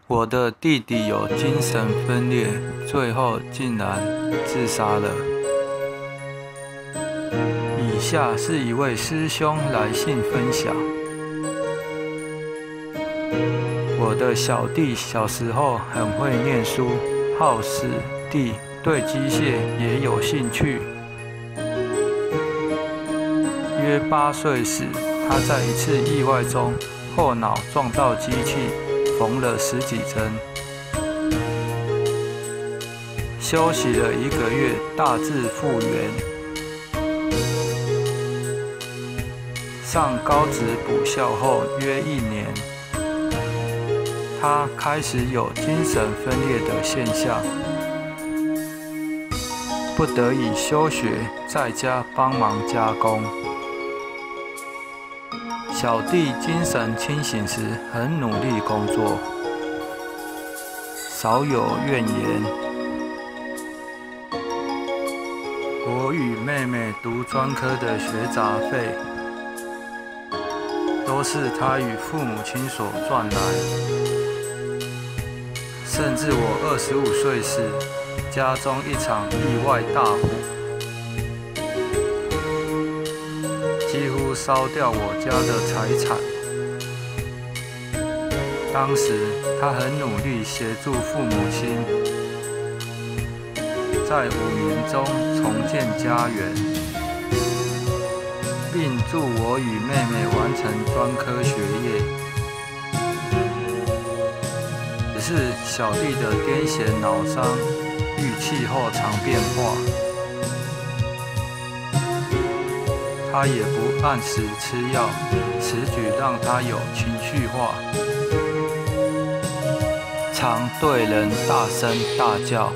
我的弟弟有精神分裂，最后竟然自杀了。以下是一位师兄来信分享：我的小弟小时候很会念书，好史地，对机械也有兴趣。约8岁时，他在一次意外中后脑撞到机器，缝了10几针。休息了1个月，大致复原。上高职补校后约1年，他开始有精神分裂的现象，不得已休学，在家帮忙加工。小弟精神清醒时很努力工作，少有怨言。我与妹妹读专科的学杂费，都是他与父母亲所赚来。甚至我25岁时，家中一场意外大火，几乎烧掉我家的财产。当时他很努力协助父母亲，在5年中重建家园，并助我与妹妹完成专科学业。只是小弟的癫痫脑伤遇气候常变化，他也不按时吃药，此举让他有情绪化，常对人大声大叫。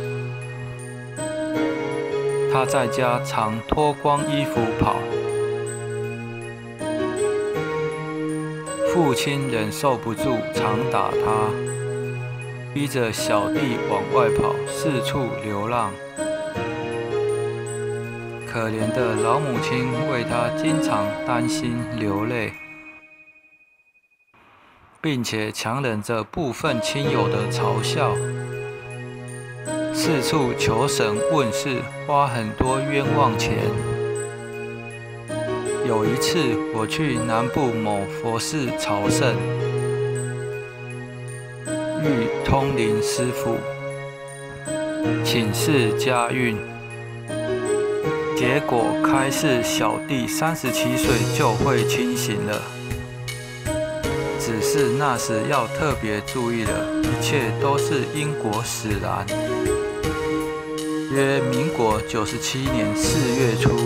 他在家常脱光衣服跑，父亲忍受不住，常打他，逼着小弟往外跑，四处流浪。可怜的老母亲为他经常担心流泪，并且强忍着部分亲友的嘲笑，四处求神问事，花很多冤枉钱。有一次，我去南部某佛寺朝圣，遇通灵师父请示家运，结果开示小弟37岁就会清醒了，只是那时要特别注意了，一切都是因果使然。约民国97年4月初，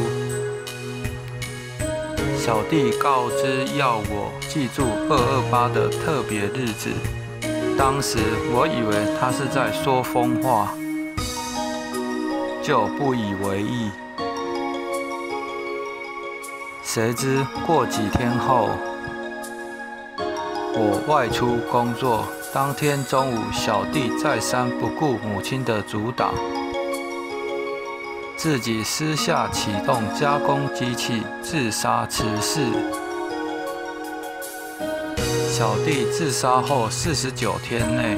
小弟告知要我记住228的特别日子。当时我以为他是在说疯话，就不以为意。谁知过几天后，我外出工作，当天中午小弟再三不顾母亲的阻挡，自己私下启动加工机器自杀辞世。小弟自杀后49天内，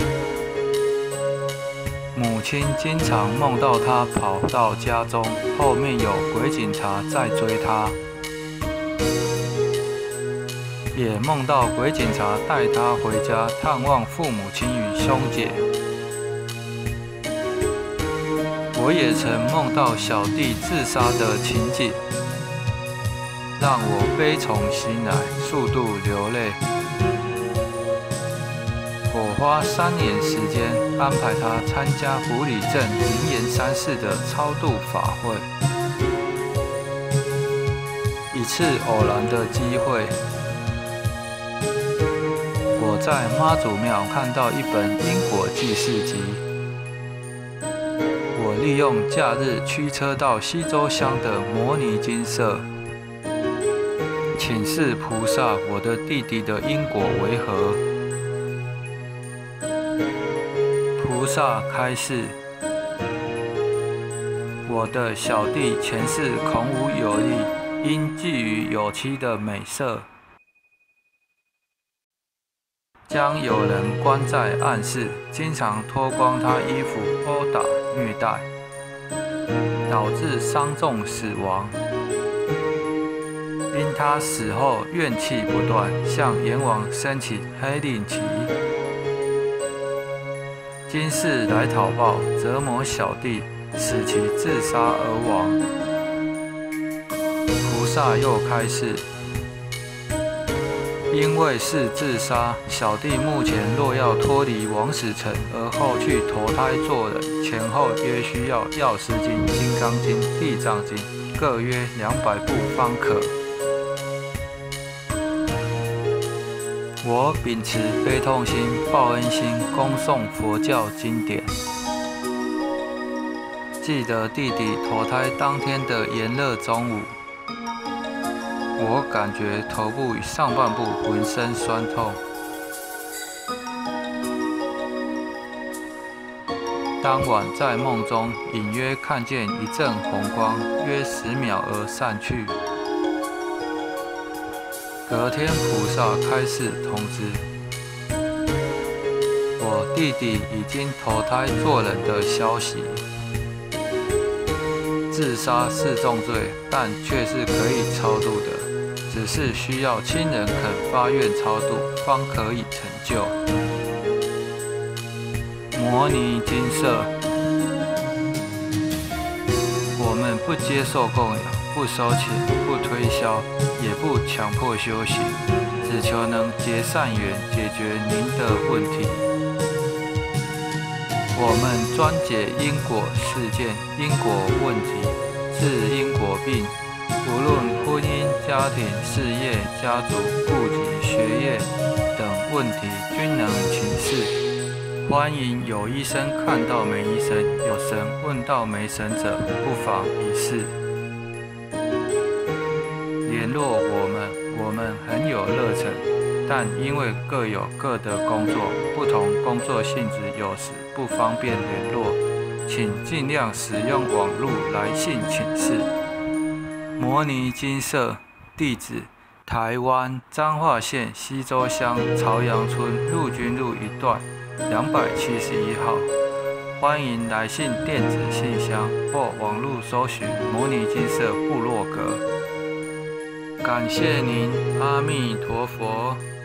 母亲经常梦到他跑到家中，后面有鬼警察在追他，也梦到鬼警察带他回家探望父母亲与兄姐。我也曾梦到小弟自杀的情景，让我悲从心来，数度流泪。我花3年时间安排他参加埔里镇灵岩山寺的超度法会。一次偶然的机会，我在妈祖庙看到一本因果记事集。我利用假日驱车到西周乡的摩尼精舍，请示菩萨我的弟弟的因果为何。菩萨开示，我的小弟前世孔武有力，因觊觎有妻的美色， 将有人关在暗室，经常脱光他衣服殴打虐待，导致伤重死亡。因他死后怨气不断，向阎王申请黑令旗。今世来讨报，折磨小弟，使其自杀而亡。菩萨又开示：因为是自杀，小弟目前若要脱离王死城，而后去投胎做人，前后约需要药师经、金刚经、地藏经各约200部方可。我秉持悲痛心、报恩心，恭诵佛教经典。记得弟弟投胎当天的炎热中午，我感觉头部与上半部浑身酸痛。当晚在梦中隐约看见一阵红光，约10秒而散去。隔天菩萨开示通知，我弟弟已经投胎做人的消息。自杀是重罪，但却是可以超度的，只是需要亲人肯发愿超度，方可以成就。摩尼金色，我们不接受供养，不收钱，不推销，也不强迫修行，只求能结善缘，解决您的问题。我们专解因果事件、因果问题，治因果病，无论婚姻、家庭、事业、家族、户籍、学业等问题，均能请示。欢迎有医生看到没医生，有神问到没神者，不妨一试。联络我们很有热忱，但因为各有各的工作，不同工作性质有时不方便联络，请尽量使用网络来信请示。摩尼金色，地址台湾彰化县溪州乡朝阳村陆军路一段271号。欢迎来信电子信箱或网络搜寻摩尼金色部落格。感谢您，阿弥陀佛。